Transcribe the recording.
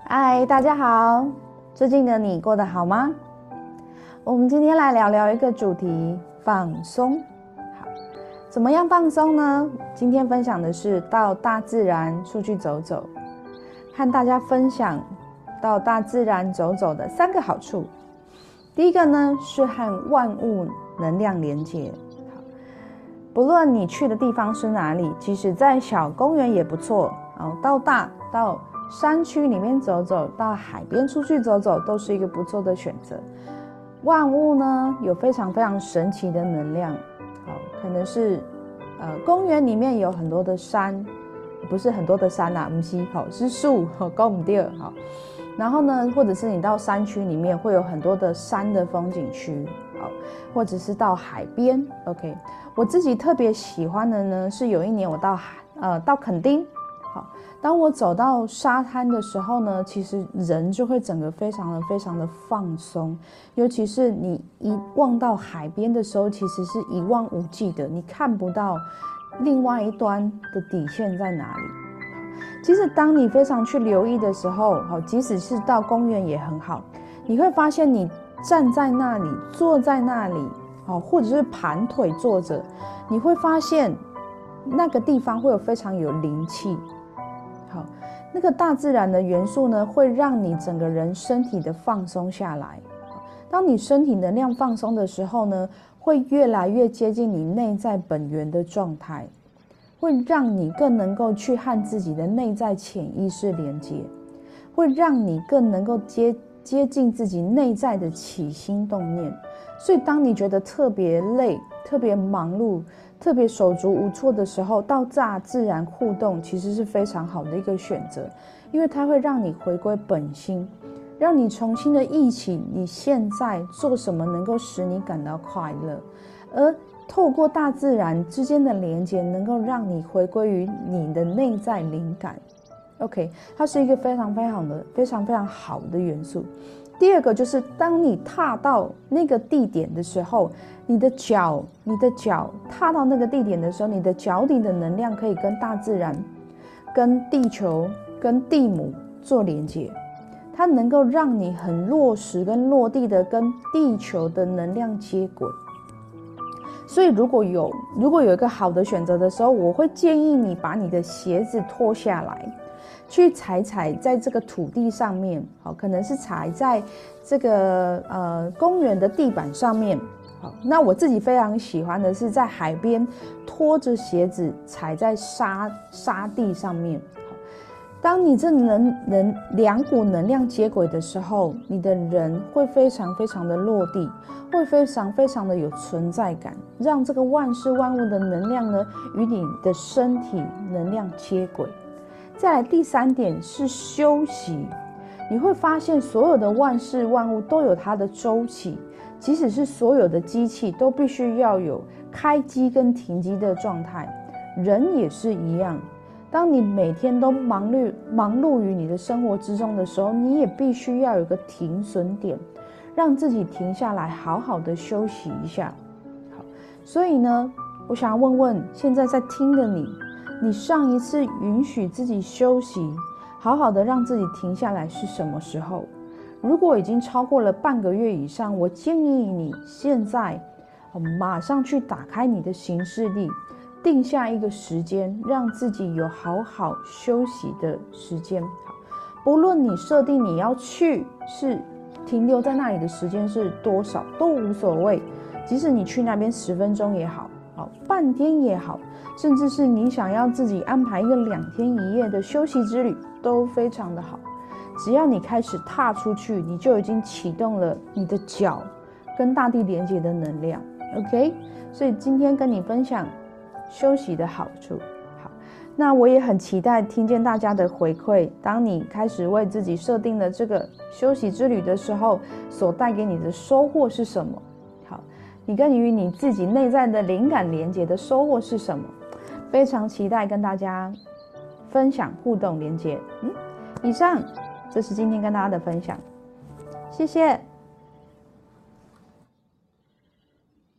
嗨，大家好，最近的你过得好吗？我们今天来聊聊一个主题，放松。好，怎么样放松呢？今天分享的是到大自然出去走走，和大家分享到大自然走走的3个好处。第一个呢，是和万物能量连接。不论你去的地方是哪里，即使在小公园也不错，到山区里面走走，到海边出去走走，都是一个不错的选择。万物呢，有非常非常神奇的能量，可能是公园里面有很多的山，不是很多的山啦，不是，是树，搞不对，然后呢，或者是你到山区里面会有很多的山的风景区，或者是到海边 ，OK。我自己特别喜欢的呢，是有一年我到垦丁。当我走到沙滩的时候呢，其实人就会整个非常的放松，尤其是你一望到海边的时候，其实是一望无际的，你看不到另外一端的底线在哪里。其实当你非常去留意的时候，即使是到公园也很好，你会发现你站在那里，坐在那里，或者是盘腿坐着，你会发现那个地方会有非常有灵气。那个大自然的元素呢，会让你整个人身体的放松下来。当你身体能量放松的时候呢，会越来越接近你内在本源的状态，会让你更能够去和自己的内在潜意识连接，会让你更能够接近自己内在的起心动念。所以当你觉得特别累、特别忙碌、特别手足无措的时候，到大自然互动其实是非常好的一个选择，因为它会让你回归本心，让你重新的忆起你现在做什么能够使你感到快乐，而透过大自然之间的连接，能够让你回归于你的内在灵感。OK， 它是一个非常好的元素。第二个就是当你踏到那个地点的时候，你的脚踏到那个地点的时候，你的脚底的能量可以跟大自然、跟地球、跟地母做连接，它能够让你很落实跟落地的跟地球的能量接轨。所以如果有一个好的选择的时候，我会建议你把你的鞋子脱下来，去踩在这个土地上面，可能是踩在这个公园的地板上面。那我自己非常喜欢的是在海边拖着鞋子踩在沙地上面。当你这两股能量接轨的时候，你的人会非常的落地，会非常的有存在感，让这个万事万物的能量呢与你的身体能量接轨。再来第3点是休息，你会发现所有的万事万物都有它的周期，即使是所有的机器都必须要有开机跟停机的状态，人也是一样。当你每天都忙碌于你的生活之中的时候，你也必须要有一个停损点，让自己停下来，好好的休息一下。好，所以呢，我想要问问现在在听的你上一次允许自己休息，好好的让自己停下来是什么时候？如果已经超过了半个月以上，我建议你现在马上去打开你的行事历，定下一个时间，让自己有好好休息的时间。不论你设定你要去是停留在那里的时间是多少都无所谓，即使你去那边10分钟也好，半天也好，甚至是你想要自己安排一个2天1夜的休息之旅都非常的好。只要你开始踏出去，你就已经启动了你的脚跟大地连接的能量。 OK， 所以今天跟你分享休息的好处。好，那我也很期待听见大家的回馈，当你开始为自己设定了这个休息之旅的时候，所带给你的收获是什么？好，你跟与你自己内在的灵感连接的收获是什么？非常期待跟大家分享互动连接。以上这是今天跟大家的分享，谢谢。